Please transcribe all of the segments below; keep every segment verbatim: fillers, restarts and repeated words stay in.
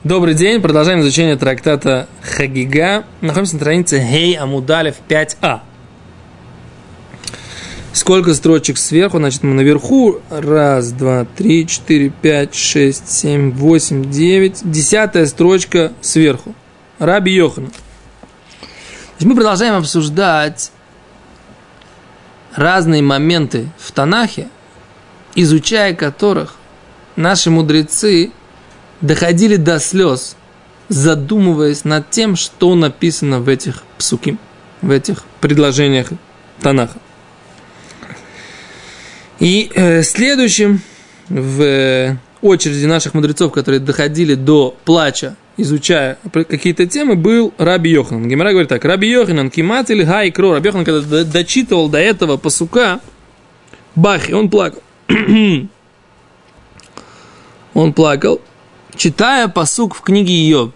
Добрый день, продолжаем изучение трактата Хагига. Находимся на странице Гей Амуд Алеф пять а. Сколько строчек сверху? Значит, мы наверху. Раз, два, три, четыре, пять, шесть, семь, восемь, девять. Десятая строчка сверху. Раби Йоханан. Мы продолжаем обсуждать разные моменты в Танахе, изучая которых наши мудрецы доходили до слез, задумываясь над тем, что написано в этих псуким, в этих предложениях Танаха. И э, следующим в э, очереди наших мудрецов, которые доходили до плача, изучая какие-то темы, был Раби Йоханан. Гемара говорит так: Раби Йоханан кимат или хай кро. Раби Йоханан, когда дочитывал до этого пасука, бахи, он плакал. Он плакал, читая пасук в книге Иов.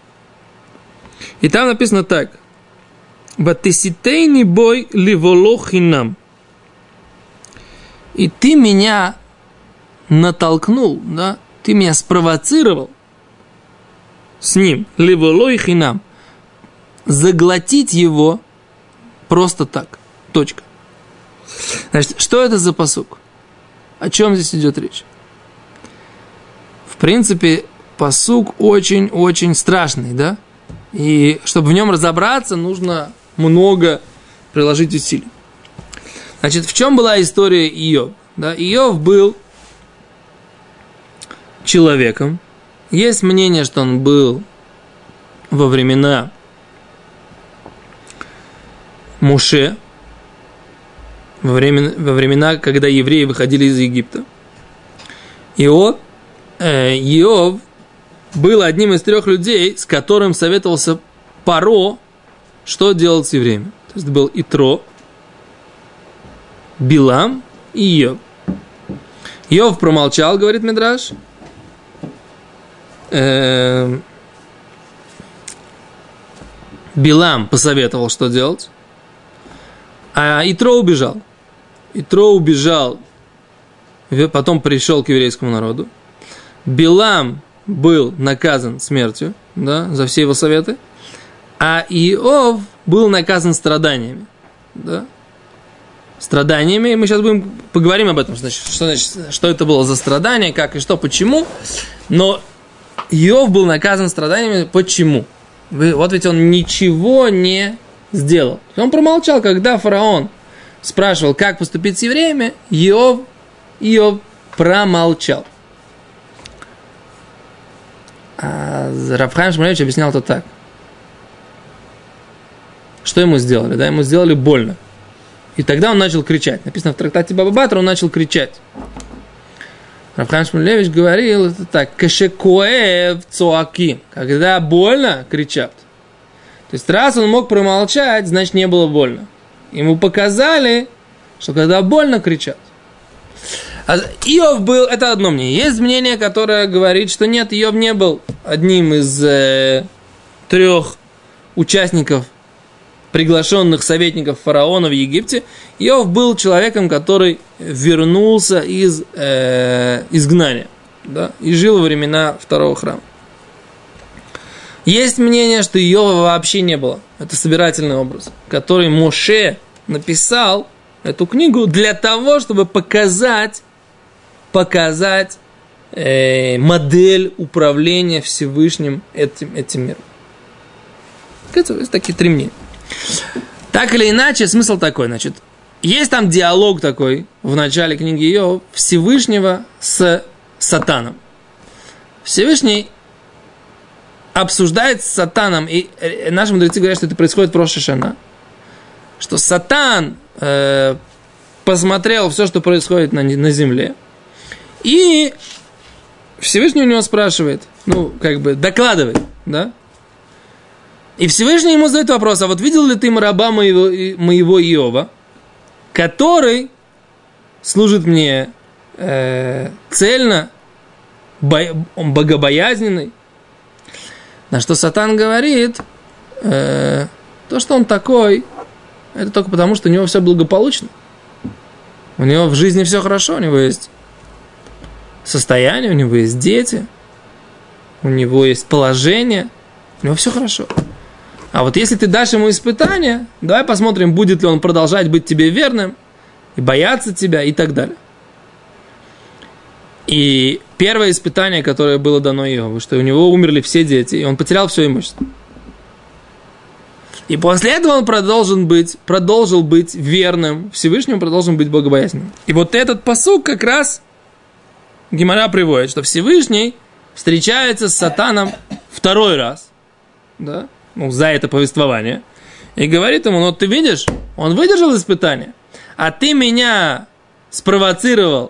И там написано так: «Ватиситейни бой ливолохинам». И ты меня натолкнул, да, ты меня спровоцировал с ним, ливолохинам, заглотить его просто так. Точка. Значит, что это за пасук? О чем здесь идет речь? В принципе, пасук очень-очень страшный, да? И чтобы в нем разобраться, нужно много приложить усилий. Значит, в чем была история Иов? Да? Иов был человеком. Есть мнение, что он был во времена Моше, во времена, во времена, когда евреи выходили из Египта. Иов Иов был одним из трех людей, с которым советовался Паро, что делать с евреями. То есть был Итро, Билам и Иов. Иов промолчал, говорит Мидраш. Билам посоветовал, что делать. А Итро убежал. Итро убежал, потом пришел к еврейскому народу. Билам был наказан смертью, да, за все его советы, а Иов был наказан страданиями, да, страданиями, и мы сейчас будем поговорим об этом, значит, что, значит, что это было за страдания, как и что, почему, но Иов был наказан страданиями, почему? Вот ведь он ничего не сделал, он промолчал, когда фараон спрашивал, как поступить с евреями, Иов, Иов промолчал. А Рав Хаим Шмулевич объяснял это так. Что ему сделали? Да, ему сделали больно. И тогда он начал кричать. Написано в трактате Баба Батра, он начал кричать. Рав Хаим Шмулевич говорил это так: кашекоэв цоаки. Когда больно, кричат. То есть раз он мог промолчать, значит не было больно. Ему показали, что когда больно, кричат. А Иов был, это одно мнение. Есть мнение, которое говорит, что нет, Иов не был одним из э, трех участников, приглашенных советников фараона в Египте. Иов был человеком, который вернулся из э, изгнания, да, и жил во времена второго храма. Есть мнение, что Иова вообще не было. Это собирательный образ, который Моше написал эту книгу для того, чтобы показать, показать э, модель управления Всевышним этим, этим миром. Есть такие три мнения. Так или иначе, смысл такой, значит, есть там диалог такой в начале книги Иова Всевышнего с Сатаном. Всевышний обсуждает с Сатаном, и наши мудрецы говорят, что это происходит в Рош ха-Шана, что Сатан э, посмотрел все, что происходит на, на земле, и Всевышний у него спрашивает, ну, как бы, докладывает, да? И Всевышний ему задает вопрос: а вот видел ли ты раба моего, моего Иова, который служит мне э, цельно, бо, он богобоязненный? На что Сатан говорит, э, то, что он такой, это только потому, что у него все благополучно. У него в жизни все хорошо, у него есть состояние, у него есть дети, у него есть положение, у него все хорошо. А вот если ты дашь ему испытание, давай посмотрим, будет ли он продолжать быть тебе верным, и бояться тебя, и так далее. И первое испытание, которое было дано Иову, что у него умерли все дети, и он потерял все имущество. И после этого он продолжил быть, продолжил быть верным Всевышнему, продолжил быть богобоязненным. И вот этот пасук как раз Гемара приводит, что Всевышний встречается с Сатаном второй раз, да, ну, за это повествование, и говорит ему: ну, ты видишь, он выдержал испытание, а ты меня спровоцировал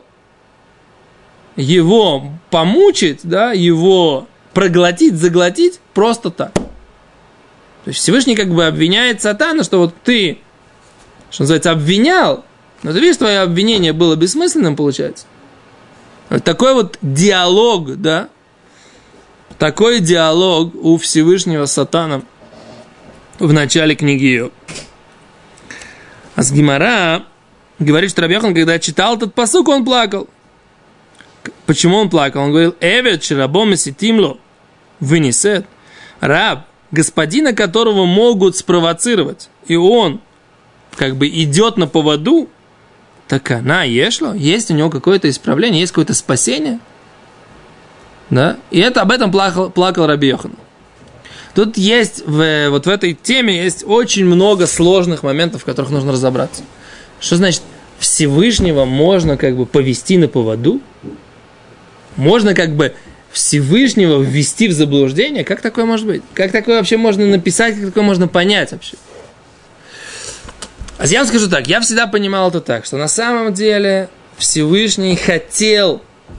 его помучить, да, его проглотить, заглотить просто так. То есть Всевышний как бы обвиняет Сатана, что вот ты, что называется, обвинял, но ты видишь, твое обвинение было бессмысленным, получается. Вот такой вот диалог, да, такой диалог у Всевышнего с Сатаном в начале книги Иов. А с Гемара говорит, что Раби Йохан, когда читал этот пасук, он плакал. Почему он плакал? Он говорил: «Эвет шерабо меситимло вынесет». Раб, господина которого могут спровоцировать, и он как бы идет на поводу, так она ешло, есть у него какое-то исправление, есть какое-то спасение. Да? И это об этом плакал, плакал Раби Йохан. Тут есть, в, вот в этой теме есть очень много сложных моментов, в которых нужно разобраться. Что значит Всевышнего можно как бы повести на поводу? Можно как бы Всевышнего ввести в заблуждение? Как такое может быть? Как такое вообще можно написать, как такое можно понять вообще? А я вам скажу так, я всегда понимал это так, что на самом деле Всевышний хотел,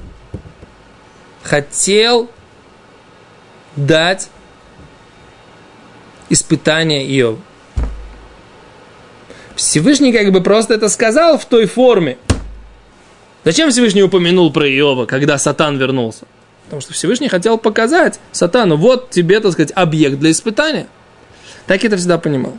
хотел дать испытание Иову. Всевышний как бы просто это сказал в той форме. Зачем Всевышний упомянул про Иова, когда Сатан вернулся? Потому что Всевышний хотел показать Сатану: вот тебе, так сказать, объект для испытания. Так я это всегда понимал.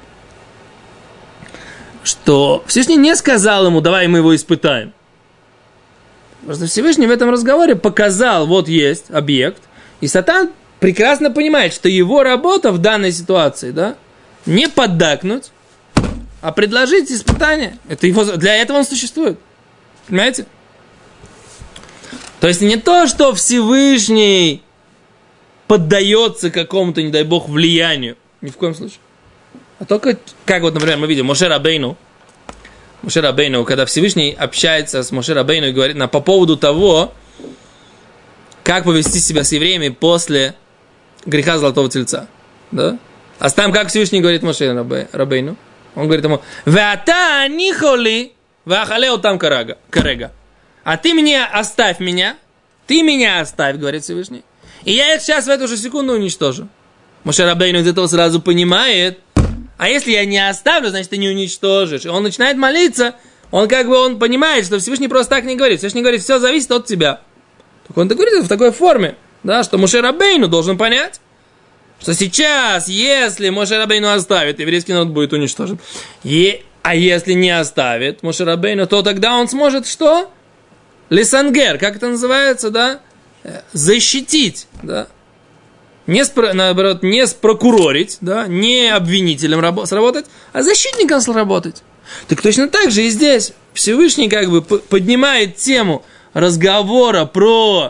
Что Всевышний не сказал ему: давай мы его испытаем. Потому что Всевышний в этом разговоре показал: вот есть объект. И Сатан прекрасно понимает, что его работа в данной ситуации, да, не поддакнуть, а предложить испытание. Это его, для этого он существует. Понимаете? То есть не то, что Всевышний поддается какому-то, не дай бог, влиянию. Ни в коем случае. А только, как вот, например, мы видим Моше Рабейну. Моше Рабейну, когда Всевышний общается с Моше Рабейну и говорит на, по поводу того, как повести себя с евреями после греха Золотого Тельца. Да? А там как Всевышний говорит Моше Рабейну? Он говорит ему: «Веата нихоли веахалео там карега». А ты мне оставь меня, ты меня оставь, говорит Всевышний, и я их сейчас в эту же секунду уничтожу. Моше Рабейну из этого сразу понимает: а если я не оставлю, значит ты не уничтожишь. И он начинает молиться, он как бы он понимает, что Всевышний просто так не говорит. Всевышний говорит: все зависит от тебя. Так он говорит в такой форме, да, что Моше Рабейну должен понять, что сейчас, если Моше Рабейну оставит, еврейский народ будет уничтожен. И, а если не оставит Моше Рабейну, то тогда он сможет что? Лесангер, как это называется, да? Защитить, да? Не, спро, наоборот, не спрокурорить, да? Не обвинителем рабо- сработать, а защитником сработать. Так точно так же и здесь Всевышний как бы поднимает тему разговора про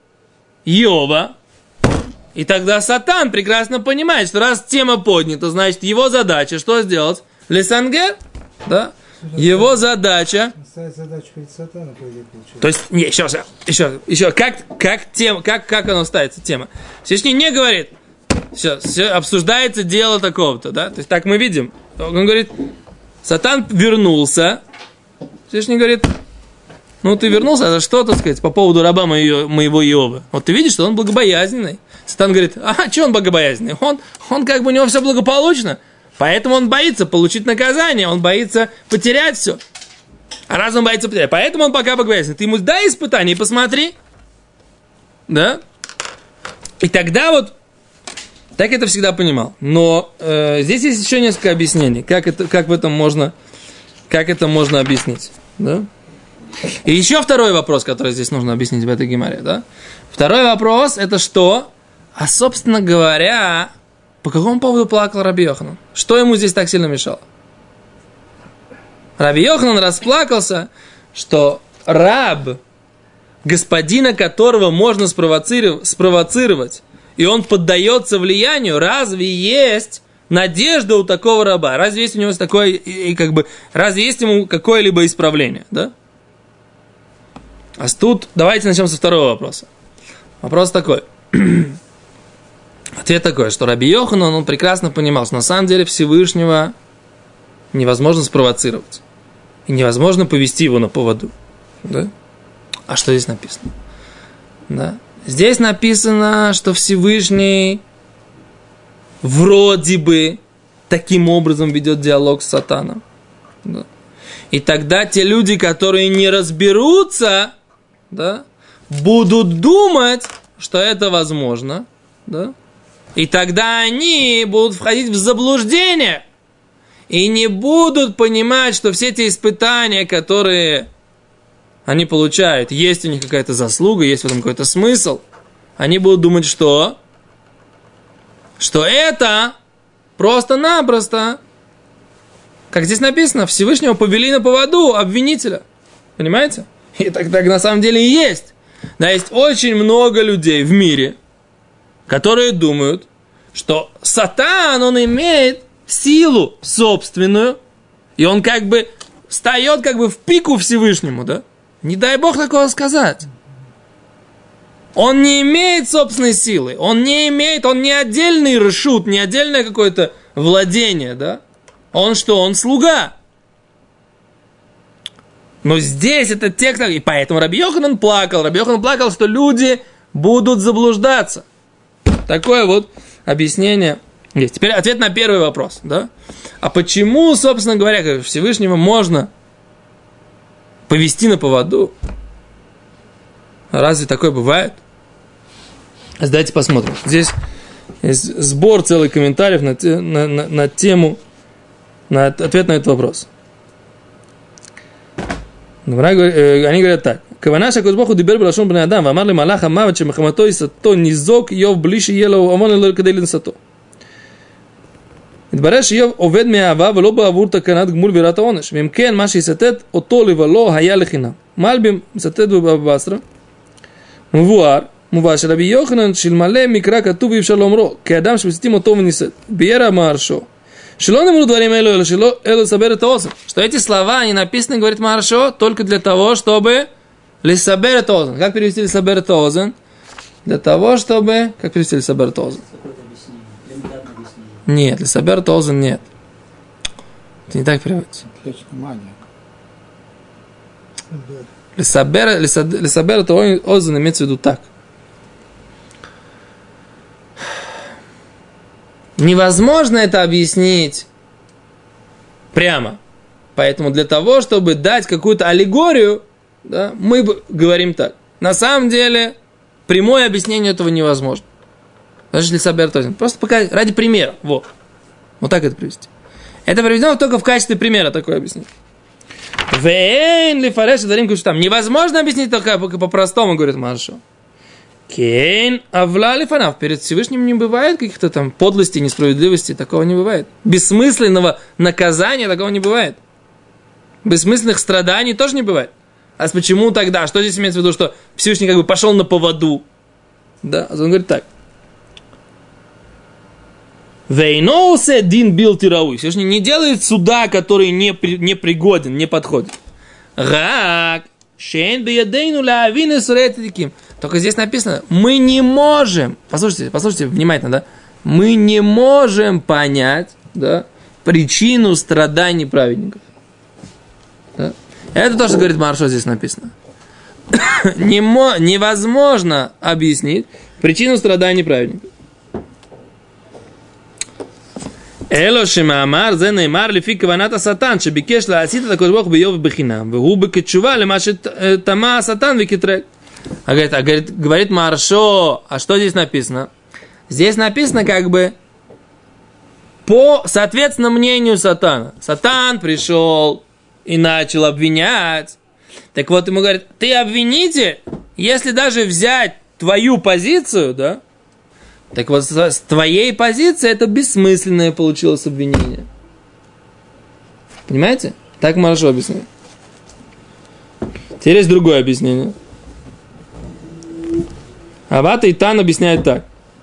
Иова, и тогда Сатан прекрасно понимает, что раз тема поднята, значит его задача что сделать? Лесангер, да? Его задача... задача перед Сатаном, по идее, получается. То есть, не, еще раз, еще, еще, как, как, тема, как, как оно ставится, тема? Всевышний не говорит: все, все, обсуждается дело такого-то, да? То есть, так мы видим. Он говорит: Сатан вернулся. Всевышний говорит: ну, ты вернулся, а за что, так сказать, по поводу раба моего, моего Иова? Вот ты видишь, что он благобоязненный. Сатан говорит: а, что он благобоязненный? Он, он как бы у него все благополучно. Поэтому он боится получить наказание, он боится потерять все. А раз он боится потерять, поэтому он пока богобоязненный. Ты ему дай испытание и посмотри. Да? И тогда вот, так это всегда понимал. Но э, здесь есть еще несколько объяснений, как, это, как в этом можно, как это можно объяснить. Да? И еще второй вопрос, который здесь нужно объяснить в этой гемаре. Да? Второй вопрос, это что? А, собственно говоря, по какому поводу плакал Раби Йоханан? Что ему здесь так сильно мешало? Раби Йоханан расплакался, что раб, господина которого можно спровоцировать, спровоцировать, и он поддается влиянию, разве есть надежда у такого раба? Разве есть у него такое, и, как бы, разве есть ему какое-либо исправление? Да? А тут давайте начнем со второго вопроса. Вопрос такой. Ответ такой, что Раби Йоханан, он прекрасно понимал, что на самом деле Всевышнего невозможно спровоцировать. И невозможно повести его на поводу. Да? А что здесь написано? Да? Здесь написано, что Всевышний вроде бы таким образом ведет диалог с сатаном. Да? И тогда те люди, которые не разберутся, да, будут думать, что это возможно. Да? И тогда они будут входить в заблуждение. И не будут понимать, что все эти испытания, которые они получают, есть у них какая-то заслуга, есть в этом какой-то смысл. Они будут думать, что? Что это просто-напросто, как здесь написано, Всевышнего повели на поводу обвинителя. Понимаете? И так, так на самом деле и есть. Да, есть очень много людей в мире, которые думают, что сатан, он имеет силу собственную, и он как бы встает как бы в пику Всевышнему, да? Не дай Бог такого сказать. Он не имеет собственной силы, он не имеет, он не отдельный решут, не отдельное какое-то владение, да? Он что? Он слуга. Но здесь это текст, и поэтому Раби Йоханан плакал. Раби Йоханан плакал, что люди будут заблуждаться. Такое вот объяснение есть. Теперь ответ на первый вопрос, да? А почему, собственно говоря, Всевышнего можно повести на поводу? Разве такое бывает? Давайте посмотрим. Здесь есть сбор целый комментариев на, те, на, на, на тему, на ответ на этот вопрос. Они говорят так. Кавана шакозбоху дибер б'лашон бней адам, вамар лемалах хамавет шемахамато исато низок йов бли שיהיה לו המון אלא כדי לנסתו. מתברר שאיוב עובד מאהבה ולא בעבור תקנת גמול ויראת העונש, ואם כן, מה שיסתת אותו לבלו היה לחינם. מלבים מסתת בבבא בסרה. מבואר, מובא שרבי יוחנן שלמלא מקרא כתוב אי אפשר לאומרו, כאדם שמסיתים אותו וניסת. בירא מהרשו. שלא נאמרו דברים אלו, אלא שלא, אלא לסבר את האוזן. Что эти слова, они написаны, говорит Маршо, только для того, чтобы лисабер это озен. Как перевести лисабер это озен? Для того, чтобы... Как перевести лисабер это озен? Нет, лисабер это озен нет. Это не так переводится. Лисабер, лисабер это озен имеется в виду так. Невозможно это объяснить прямо. Поэтому для того, чтобы дать какую-то аллегорию, да, мы говорим так. На самом деле, прямое объяснение этого невозможно. Значит, лисабер тозен. Просто пока ради примера. Вот. Вот так это привести. Это приведено только в качестве примера, такое объяснение. Вейн ли фареш дарим куштам. Невозможно объяснить только по-простому, говорит Маршо. Кейн авла ли фанав. Перед Всевышним не бывает каких-то там подлостей, несправедливости. Такого не бывает. Бессмысленного наказания такого не бывает. Бессмысленных страданий тоже не бывает. А почему тогда? Что здесь имеется в виду, что Всевышний как бы пошел на поводу? Да, он говорит так. Вейноусе дин бил тирауи. Всевышний не делает суда, который не, при, не пригоден, не подходит. Рак. Шейн биядейну лаавин исуретиким. Только здесь написано, мы не можем, послушайте, послушайте внимательно, да, мы не можем понять, да, причину страданий праведников. Да? Это то, что говорит Маршо, здесь написано. Немо, невозможно объяснить причину страданий праведников. Эло шемаамар зе неймар лифи каваната сатан, шебикеш лаасит את הקדוש ברוך הוא באיוב בחינם, והוא בתשובה למה שטמא השטן וקטרג. А говорит, а говорит, говорит Маршо, а что здесь написано? Здесь написано как бы по, соответственно, мнению сатана. Сатан пришел и начал обвинять. Так вот, ему говорит, ты обвинитель, если даже взять твою позицию, да, Так вот, с твоей позиции это бессмысленное получилось обвинение. Понимаете? Так Маршо объясняет. Теперь есть другое объяснение. Ават Эйтан объясняет так.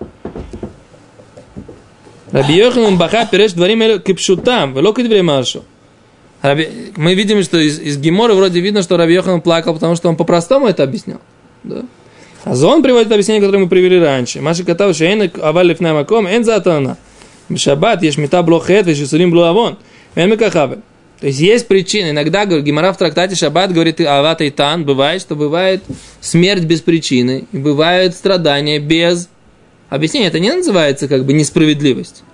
Раби Йоханан Баха переш дворим кипшутам, вело кидврей Маршо. Мы видим, что из, из Геморы вроде видно, что Раби Йоханан плакал, потому что он по-простому это объяснял. Да? А Зон приводит объяснение, которое мы привели раньше. Маши катав, что эн аваль лифнай маком, эн затана. Шаббат, еш мита блохет, веш исурим блуавон. Эн мекахавель. То есть есть причины. Иногда Гемара в трактате Шаббат говорит ават эйтан. Бывает, что бывает смерть без причины. И бывает страдания без объяснения. Это не называется как бы несправедливость.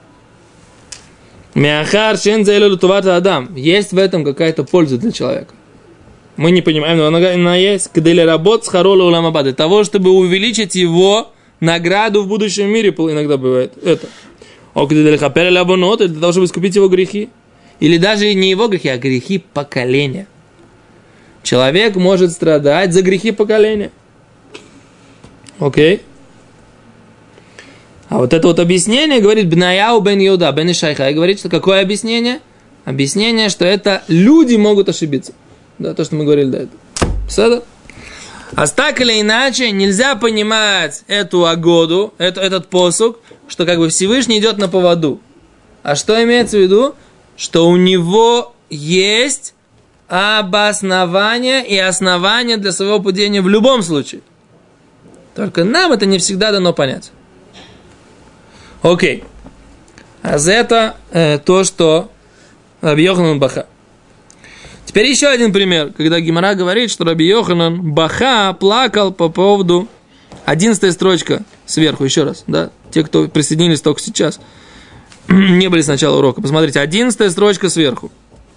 Мяхар шен заэлю лутувата адам. Есть в этом какая-то польза для человека. Мы не понимаем, но она есть. Кадэля работ с харола уламаба. Для того, чтобы увеличить его награду в будущем мире, иногда бывает это. О кадэля хапэля лабонот. Для того, чтобы искупить его грехи. Или даже не его грехи, а грехи поколения. Человек может страдать за грехи поколения. Окей? А вот это вот объяснение говорит Бнаяу бен Йуда, бен Ишайхай. Говорит, что какое объяснение? Объяснение, что это люди могут ошибиться. Да, то, что мы говорили до этого. Все. А так или иначе, нельзя понимать эту агоду, это, этот посук, что как бы Всевышний идет на поводу. А что имеется в виду? Что у него есть обоснование и основание для своего падения в любом случае. Только нам это не всегда дано понять. Окей. А за это э, то, что Раби Йоханан Баха. Теперь еще один пример, когда Гемара говорит, что Раби Йоханан Баха плакал по поводу... Одиннадцатая строчка сверху, еще раз, да? Те, кто присоединились только сейчас, не были с начала урока. Посмотрите, одиннадцатая строчка сверху.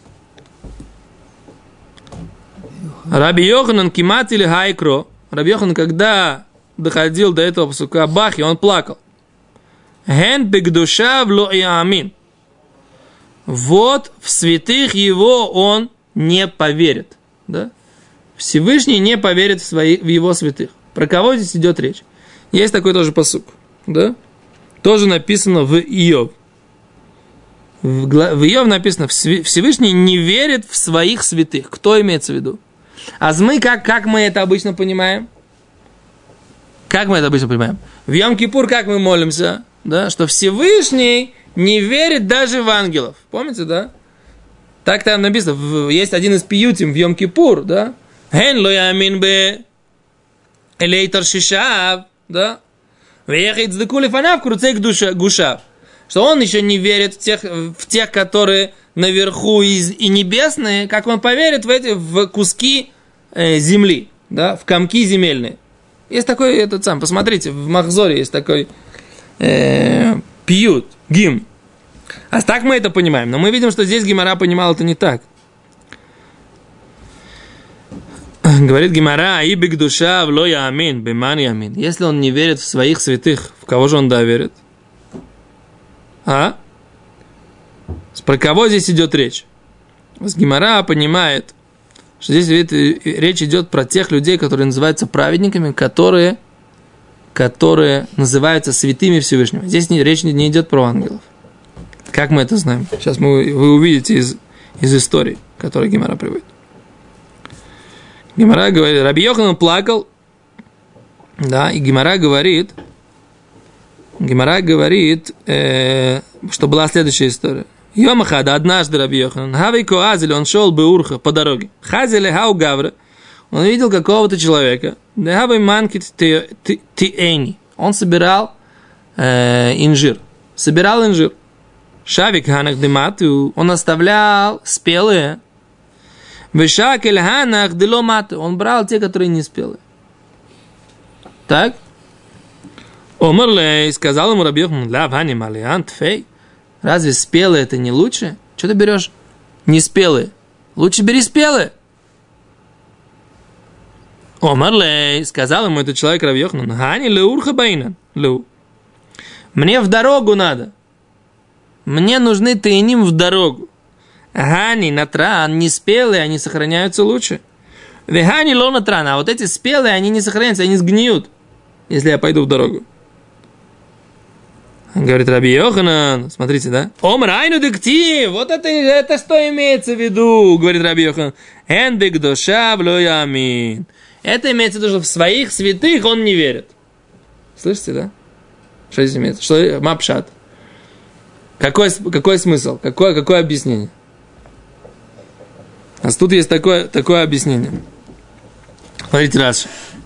Раби Йоханан кимат или хайкро. Раби Йоханан, когда доходил до этого пасука Бахи, он плакал. Ген бегдуша вло и амин. Вот в святых его он не поверит. Да? Всевышний не поверит в, свои, в его святых. Про кого здесь идет речь? Есть такой тоже пасук. Да? Тоже написано в Иов. В, в Иов написано, Всевышний не верит в своих святых. Кто имеется в виду? А мы, как, как мы это обычно понимаем? Как мы это обычно понимаем? В Йом-Кипур как мы молимся? Да? Что Всевышний не верит даже в ангелов. Помните, да? Так там написано. Есть один из пиютим в Йом-Кипур, да? Хен ло ямин бе элейтор шишав, да? Веехит сдыкули фанав круцейк гушав. Что он еще не верит в тех, в тех, которые наверху и, и небесные, как он поверит в эти в куски э, земли, да? В комки земельные. Есть такой этот сам, посмотрите, в Махзоре есть такой э, пьют, гимн. А так мы это понимаем. Но мы видим, что здесь Гемара понимал это не так. Говорит Гемара, «Ибик душа вло ямин, беман ямин». Если он не верит в своих святых, в кого же он да верит? А? Про кого здесь идет речь? Гемара понимает, что здесь речь идет про тех людей, которые называются праведниками, которые, которые называются святыми Всевышнего. Здесь речь не идет про ангелов. Как мы это знаем? Сейчас мы, вы увидите из, из истории, которые Гемара приводит. Гемара говорит, Раби Йоханан плакал, да, и Гемара говорит, Гемара говорит, э, что была следующая история. Йомахада, однажды Раби Йоханан, Хавейко Азель, он шел бы урха по дороге. Хазеле хау гавра, он видел какого-то человека. Хавей манкит тиэни, он собирал э, инжир, собирал инжир. Шавик ханах демату, он оставлял спелые. Вешакель ханах деломату, он брал те, которые не спелые. Так? Омарлей, сказал ему Раби Йоханан, ла вани малиан тфей. Разве спелые это не лучше? Что ты берешь не спелые? Лучше бери спелые. Омарлей, сказал ему этот человек Раби Йоханан, хани леурха байнан, леу. Мне в дорогу надо. Мне нужны тайним в дорогу. Гани, натран, не спелые, они сохраняются лучше. Вегани ло натран, а вот эти спелые, они не сохраняются, они сгниют, если я пойду в дорогу. Говорит Раби Йоханан, смотрите, да? Ом райну дектив, вот это, это что имеется в виду, говорит Раби Йоханан. Эн бигдоша вло ямин. Это имеется в виду, что в своих святых он не верит. Слышите, да? Что здесь имеется? Что мапшат? Какой, какой смысл? Какое, какое объяснение? А тут есть такое, такое объяснение. Смотрите, Раши.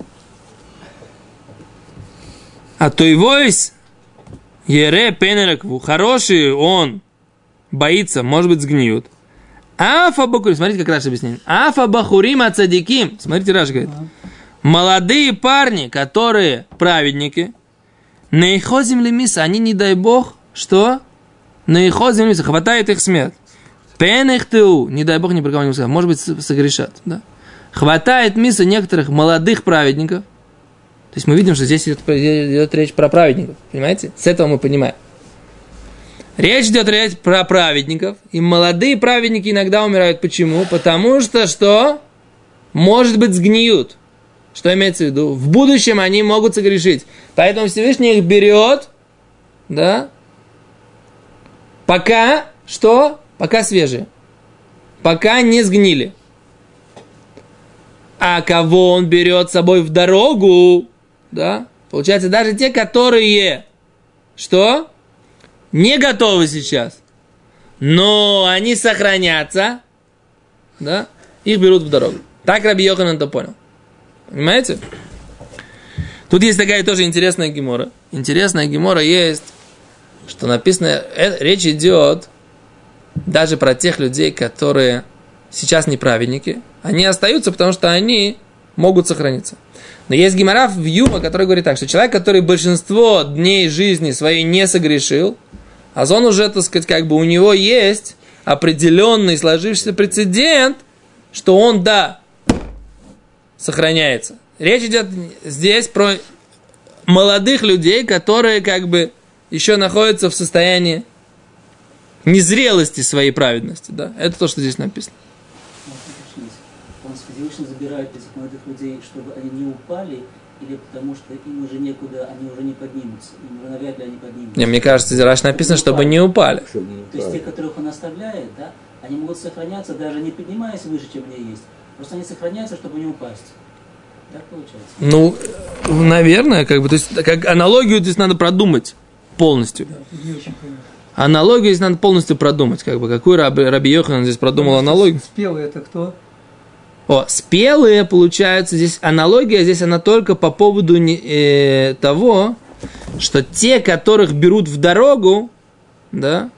А то его есть ере пенеракву. Хороший он боится, может быть, сгниют. Афа бахурим. Смотрите, как Раши объясняет. Афа бахурим ацадиким. Смотрите, Раши говорит. Молодые парни, которые праведники, наихозим лимиса, они, не дай бог, что? Наихозим лимиса, хватает их смерть. Пенехту, не дай бог, ни про кого не сказать, может быть, согрешат. Да? Хватает миса некоторых молодых праведников. То есть мы видим, что здесь идет, идет речь про праведников. Понимаете? С этого мы понимаем. Речь идет речь про праведников. И молодые праведники иногда умирают. Почему? Потому что что? Может быть, сгниют. Что имеется в виду? В будущем они могут согрешить. Поэтому Всевышний их берет, да, пока, что? Пока свежие. Пока не сгнили. А кого он берет с собой в дорогу, да? Получается, даже те, которые, что? Не готовы сейчас, но они сохранятся, да? Их берут в дорогу. Так Раби Йоханан это понял. Понимаете? Тут есть такая тоже интересная гемора. Интересная гемора есть, что написано, э, речь идет даже про тех людей, которые сейчас не праведники. Они остаются, потому что они могут сохраниться. Но есть гемора в Юма, который говорит так, что человек, который большинство дней жизни своей не согрешил, а он уже, так сказать, как бы у него есть определенный сложившийся прецедент, что он, да, сохраняется. Речь идет здесь про молодых людей, которые как бы еще находятся в состоянии незрелости своей праведности. Да? Это то, что здесь написано. Он Всевышний забирает этих молодых людей, чтобы они не упали, или потому что им уже некуда, они уже не поднимутся, им уже навряд ли они поднимутся. Не, мне кажется, здесь Раш написано, чтобы не упали. То есть те, которых он оставляет, да, они могут сохраняться, даже не поднимаясь выше, чем они есть. Просто они сохраняются, чтобы не упасть. Так получается? Ну, наверное, как бы, то есть, как аналогию здесь надо продумать полностью. Да, не очень понятно. Аналогию здесь надо полностью продумать, как бы, какую Раби, Раби Йоханан здесь продумал аналогию. Спелый это кто? О, спелые, получается, здесь аналогия, здесь она только по поводу не, э, того, что те, которых берут в дорогу, да,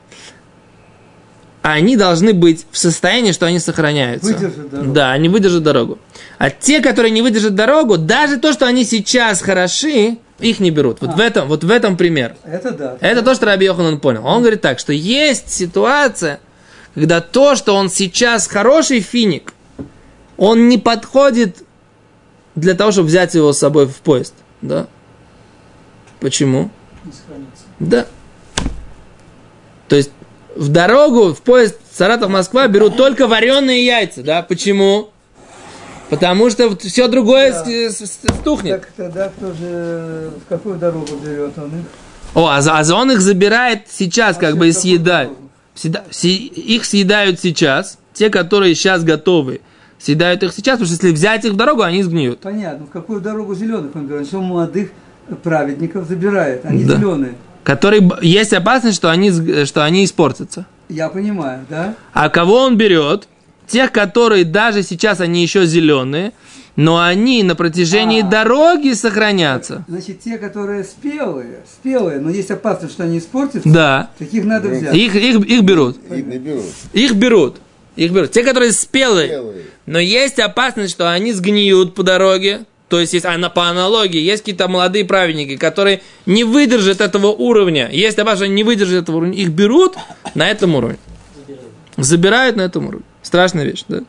они должны быть в состоянии, что они сохраняются. Выдержат дорогу. Да, они выдержат дорогу. А те, которые не выдержат дорогу, даже то, что они сейчас хороши, их не берут. Вот, а. в, этом, вот в этом пример. Это да. Это то, что Раби Йоханан понял. Он говорит так, что есть ситуация, когда то, что он сейчас хороший финик, он не подходит для того, чтобы взять его с собой в поезд. Да? Почему? Не сохранится. Да. То есть в дорогу, в поезд Саратов-Москва берут только вареные яйца. Да? Почему? Потому что все другое да. стухнет. Так тогда кто же в какую дорогу берет он их? О, а, а он их забирает сейчас, а как бы и съедает. Их съедают сейчас. Те, которые сейчас готовы, съедают их сейчас, потому что если взять их в дорогу, они сгниют. Понятно. В какую дорогу зеленых он берет? Что молодых праведников забирает, они да. зеленые. Которые, есть опасность, что они, что они испортятся. Я понимаю, да? А кого он берет? Тех, которые даже сейчас они еще зеленые, но они на протяжении а, дороги сохранятся. Значит, те, которые спелые, спелые, но есть опасность, что они испортятся, да. таких надо взять. Их, их, их берут. Их не берут. Их берут. Их берут. Те, которые спелые, спелые, но есть опасность, что они сгниют по дороге. То есть, есть а, по аналогии, есть какие-то молодые праведники, которые не выдержат этого уровня. Есть опасность, что они не выдержат этого уровня. Их берут на этом уровне. Забирают, Забирают на этом уровне. Страшная вещь, да?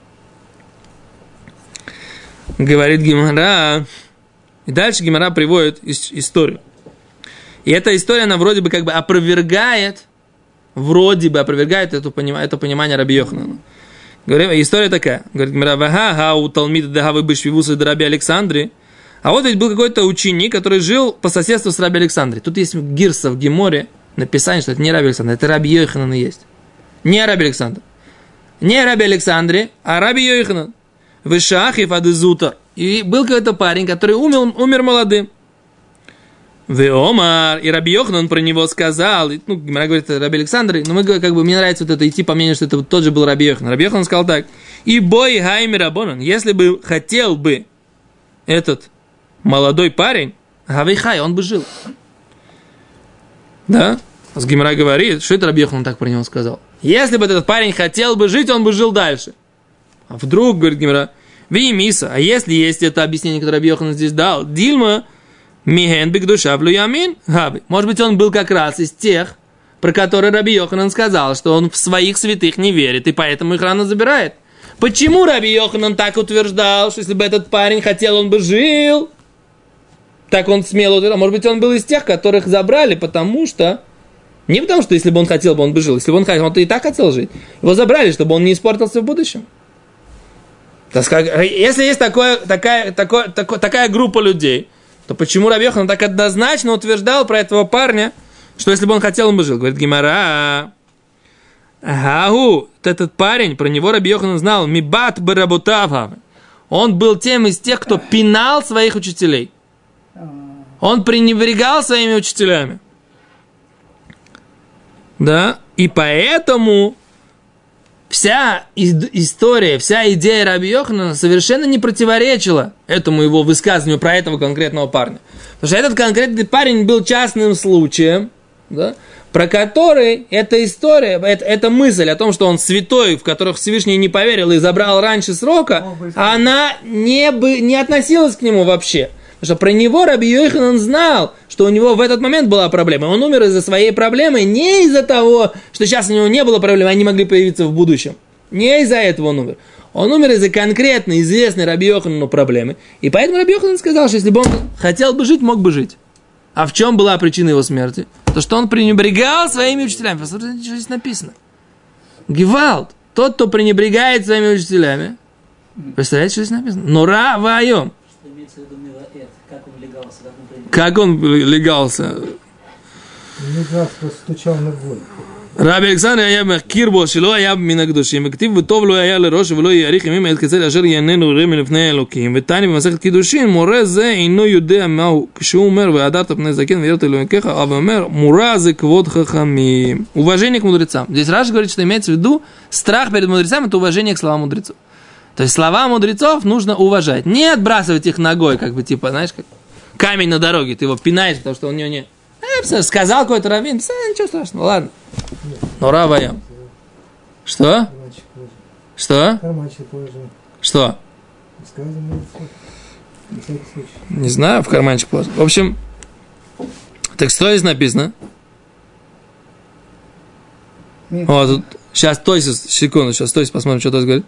Говорит Гемара. И дальше Гемара приводит историю. И эта история, она вроде бы как бы опровергает, вроде бы опровергает это, это понимание Раби Йоханана. Говорит, история такая. Говорит Гемара, вага, хау талмид дагавы бешвивусы до Раби Александри. А вот ведь был какой-то ученик, который жил по соседству с Раби Александрой. Тут есть гирса в Геморе, Написание, что это не Раби Александр, это Раби Йоханан и есть. Не Раби Александр. Не Раби Александре, а Раби Йоханан. Вышахив адезутар. И был какой-то парень, который умер, умер молодым. Веомар, и Раби Йоханан про него сказал, ну, Гемара говорит, Раби Александр, но мы, как бы, мне нравится вот это идти по мнению, что это тот же был Раби Йоханан. Раби Йоханан сказал так, и бой хайми рабонан, если бы хотел бы этот молодой парень, гавейхай, он бы жил. Да? С Гемара говорит, что это Раби Йоханан так про него сказал. Если бы этот парень хотел бы жить, он бы жил дальше. А вдруг, говорит Гемара, вимиса, а если есть это объяснение, которое Раби Йоханан здесь дал, дильма, миген биг душа в люямин, габи. Может быть, он был как раз из тех, про которые Раби Йоханан сказал, что он в своих святых не верит, и поэтому их рано забирает. Почему Раби Йоханан так утверждал, что если бы этот парень хотел, он бы жил? Так он смело утверждал. Может быть, он был из тех, которых забрали, потому что... Не потому что, если бы он хотел, бы он бы жил. Если бы он хотел, он-то и так хотел жить. Его забрали, чтобы он не испортился в будущем. Если есть такое, такая, такое, такое, такая группа людей, то почему Раби Йоханан так однозначно утверждал про этого парня, что если бы он хотел, он бы жил? Говорит Гемара... Агу, этот парень, про него Раби Йоханан знал, мибат барабутав. Он был тем из тех, кто пинал своих учителей. Он пренебрегал своими учителями. Да, и поэтому вся история, вся идея Раби Йоханана совершенно не противоречила этому его высказыванию про этого конкретного парня. Потому что этот конкретный парень был частным случаем, да, про который эта история, это, эта мысль о том, что он святой, в которых Всевышний не поверил и забрал раньше срока, она не, бы, не относилась к нему вообще. Потому что про него Раби Йоханан знал, что у него в этот момент была проблема. Он умер из-за своей проблемы, не из-за того, что сейчас у него не было проблемы, они могли появиться в будущем. Не из-за этого он умер. Он умер из-за конкретно известной Раби Йоханану проблемы. И поэтому Раби Йоханан сказал, что если бы он хотел бы жить, мог бы жить. А в чем была причина его смерти? То, что он пренебрегал своими учителями. Посмотрите, что здесь написано. Гевалд. Тот, кто пренебрегает своими учителями. Представляете, что здесь написано? Нора вайом. Что имеется в виду милаэт? Как он легался? Как он пренебрегал? Как он легался? Легался, стучал ногой. Раби Александр היה מכיר בו שלא היה מן הקדושים, וכתיב וטוב לא היה לראש ולא יאריך ימים עד כזה אשר יעננו רמי לפני האלוקים, ותעני במסכת קידושין, מורה זה אינו יודע מהו, כשהוא אומר והדרת פני זקן ויראת אלוהיך, אבל אומר מורה זה כבוד חכמים. Уважение к мудрецам. Здесь Раши говорит, что имеется в виду страх перед мудрецами, это уважение к словам мудрецов. То есть слова мудрецов нужно уважать, не отбрасывать их ногой, как бы типа, знаешь, как камень на дороге, ты его пинаешь, потому что у него не... А, сказал какой-то раввин, ничего страшного, ладно. Но раваям. Что? Что? Что? Не знаю, в карманчик положил. В общем, так что здесь написано? О, тут, сейчас, Тойсис, секунду, сейчас Тойсис, посмотрим, что Тойсис говорит.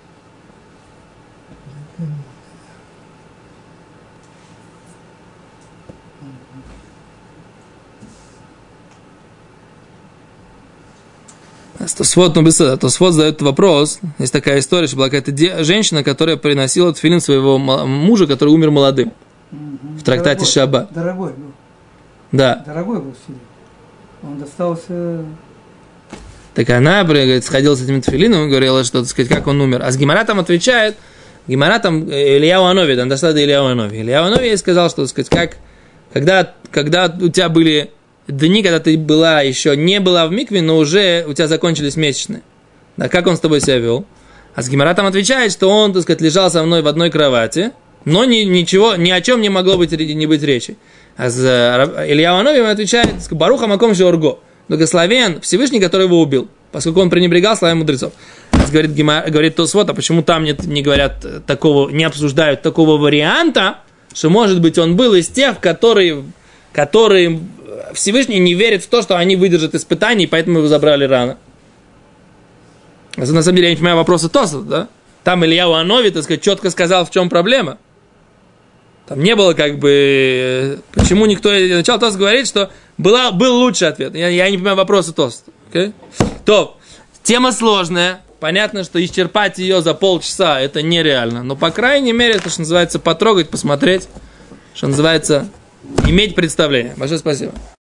Тосфот, ну, без Тосфот задает вопрос. Есть такая история, что была какая-то де- женщина, которая приносила тфилин своего мужа, который умер молодым. Mm-hmm. В трактате дорогой, Шаба. Дорогой был. Да. Дорогой был тфилин. Он достался... Так она, говорит, сходила с этим тфилином и говорила, что, так сказать, как он умер. А с Гемара там отвечает, Гемара там, Ильяу Анови, там достаточно Ильяу Анови. Ильяу Анови ей сказал, что, так сказать, как, когда, когда у тебя были... дни, когда ты была еще не была в микве, но уже у тебя закончились месячные. Да, как он с тобой себя вел? А с Гемара там отвечает, что он, так сказать, лежал со мной в одной кровати, но ни, ничего, ни о чем не могло быть, не быть речи. А с Ильяу Анови отвечает, Баруха Маком Шеорго, благословен Всевышний, который его убил, поскольку он пренебрегал словами мудрецов. А говорит, Гемара, говорит Тосфот, а почему там не, не говорят такого, не обсуждают такого варианта, что, может быть, он был из тех, которые, которые Всевышний не верит в то, что они выдержат испытания, и поэтому его забрали рано. На самом деле, я не понимаю вопроса Тоса, да? Там Ильяу Анови, так сказать, четко сказал, в чем проблема. Там не было как бы... Почему никто... Сначала Тос говорит, что была, был лучший ответ. Я, я не понимаю вопроса Тоса. Okay? То, тема сложная. Понятно, что исчерпать ее за полчаса это нереально. Но, по крайней мере, это, что называется, потрогать, посмотреть. Что называется, иметь представление. Большое спасибо.